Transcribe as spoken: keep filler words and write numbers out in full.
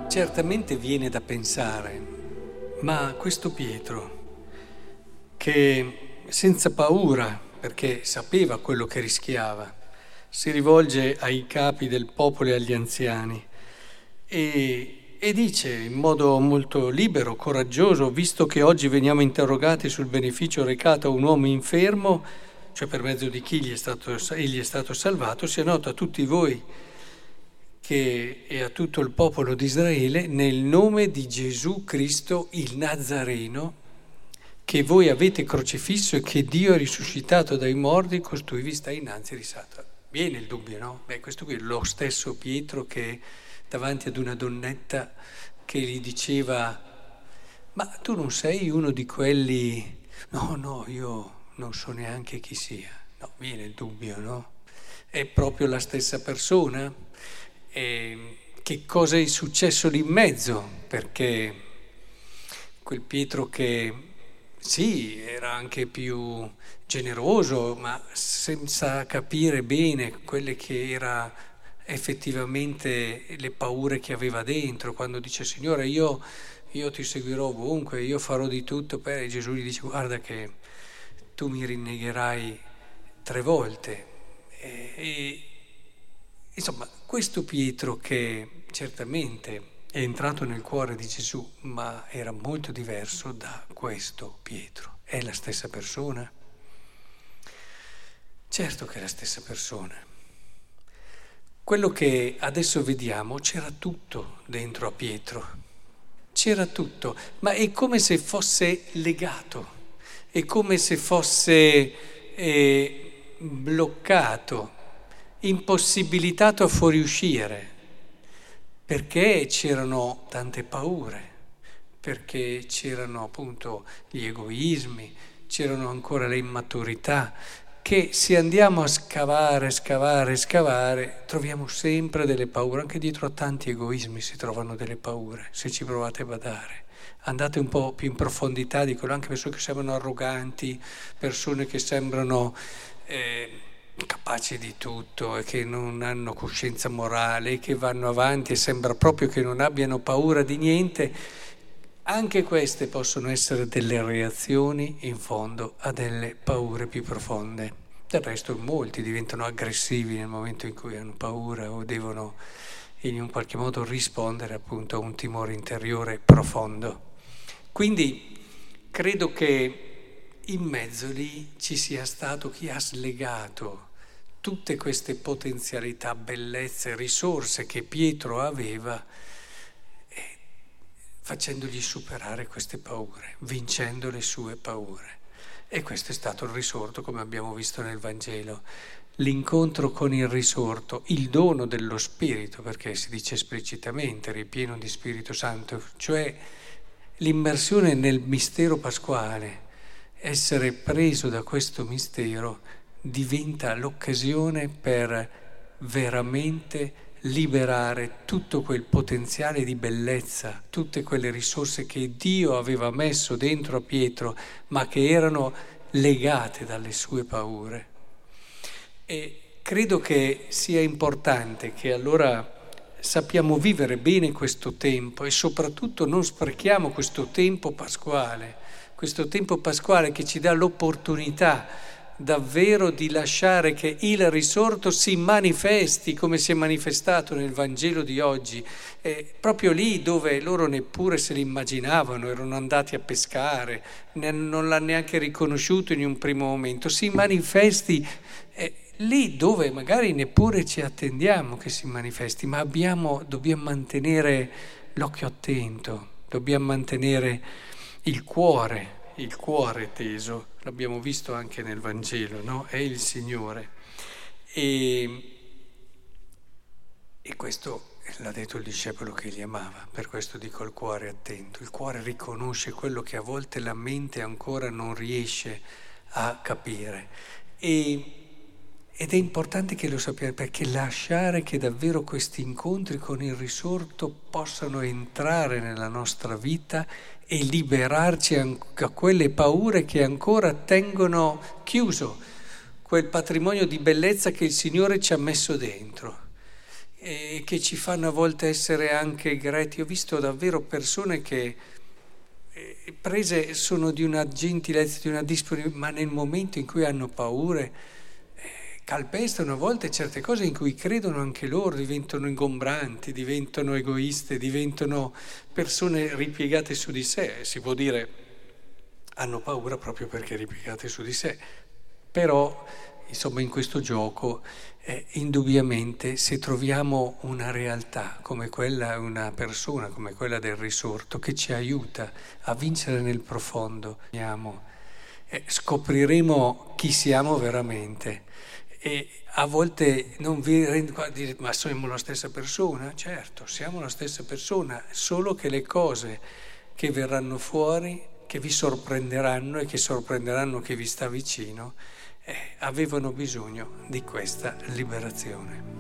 Certamente viene da pensare, ma questo Pietro, che senza paura, perché sapeva quello che rischiava, si rivolge ai capi del popolo e agli anziani e, e dice in modo molto libero, coraggioso, visto che oggi veniamo interrogati sul beneficio recato a un uomo infermo, cioè per mezzo di chi gli è stato, egli è stato salvato, sia noto a tutti voi che e a tutto il popolo di Israele, nel nome di Gesù Cristo il Nazareno, che voi avete crocifisso e che Dio ha risuscitato dai morti, costui vi sta innanzi risato. Viene il dubbio, no? Beh, questo qui è lo stesso Pietro che davanti ad una donnetta che gli diceva: ma tu non sei uno di quelli? No, no, io non so neanche chi sia. No, viene il dubbio, no? È proprio la stessa persona? E che cosa è successo lì in mezzo? Perché quel Pietro che sì, era anche più generoso, ma senza capire bene quelle che era effettivamente le paure che aveva dentro, quando dice: Signore, io, io ti seguirò ovunque, io farò di tutto per... E Gesù gli dice: guarda che tu mi rinnegherai tre volte. E, e, insomma, questo Pietro che certamente è entrato nel cuore di Gesù, ma era molto diverso da questo Pietro. È la stessa persona? Certo che è la stessa persona. Quello che adesso vediamo, c'era tutto dentro a Pietro, c'era tutto, ma è come se fosse legato, è come se fosse eh, bloccato, impossibilitato a fuoriuscire, perché c'erano tante paure, perché c'erano appunto gli egoismi, c'erano ancora le immaturità, che se andiamo a scavare, scavare, scavare, troviamo sempre delle paure. Anche dietro a tanti egoismi si trovano delle paure, se ci provate a badare. Andate un po' più in profondità, dicono anche persone che sembrano arroganti, persone che sembrano eh, capaci di tutto e che non hanno coscienza morale, e che vanno avanti e sembra proprio che non abbiano paura di niente. Anche queste possono essere delle reazioni, in fondo, a delle paure più profonde. Del resto molti diventano aggressivi nel momento in cui hanno paura o devono in un qualche modo rispondere appunto a un timore interiore profondo. Quindi credo che in mezzo lì ci sia stato chi ha slegato tutte queste potenzialità, bellezze, risorse che Pietro aveva, facendogli superare queste paure, vincendo le sue paure. E questo è stato il risorto, come abbiamo visto nel Vangelo, l'incontro con il risorto, il dono dello Spirito, perché si dice esplicitamente ripieno di Spirito Santo, cioè l'immersione nel mistero pasquale, essere preso da questo mistero diventa l'occasione per veramente liberare tutto quel potenziale di bellezza, tutte quelle risorse che Dio aveva messo dentro a Pietro, ma che erano legate dalle sue paure. E credo che sia importante che allora sappiamo vivere bene questo tempo e soprattutto non sprechiamo questo tempo pasquale, questo tempo pasquale che ci dà l'opportunità davvero di lasciare che il risorto si manifesti come si è manifestato nel Vangelo di oggi, eh, proprio lì dove loro neppure se l'immaginavano, erano andati a pescare, ne, non l'hanno neanche riconosciuto in un primo momento, si manifesti eh, lì dove magari neppure ci attendiamo che si manifesti, ma abbiamo, dobbiamo mantenere l'occhio attento, dobbiamo mantenere il cuore, il cuore teso. L'abbiamo visto anche nel Vangelo, no? È il Signore. E, e questo l'ha detto il discepolo che li amava, per questo dico il cuore attento. Il cuore riconosce quello che a volte la mente ancora non riesce a capire. E, ed è importante che lo sappiate, perché lasciare che davvero questi incontri con il risorto possano entrare nella nostra vita e liberarci da quelle paure che ancora tengono chiuso quel patrimonio di bellezza che il Signore ci ha messo dentro. e che ci fanno a volte essere anche greti. Ho visto davvero persone che eh, prese sono di una gentilezza, di una disponibilità, ma nel momento in cui hanno paure eh, calpestano a volte certe cose in cui credono anche loro, diventano ingombranti, diventano egoiste, diventano persone ripiegate su di sé. Si può dire hanno paura proprio perché ripiegate su di sé, però insomma in questo gioco eh, indubbiamente se troviamo una realtà come quella, una persona come quella del risorto che ci aiuta a vincere nel profondo, eh, scopriremo chi siamo veramente. E a volte non vi rendete, ma siamo la stessa persona? Certo, siamo la stessa persona, solo che le cose che verranno fuori, che vi sorprenderanno e che sorprenderanno chi vi sta vicino, eh, avevano bisogno di questa liberazione.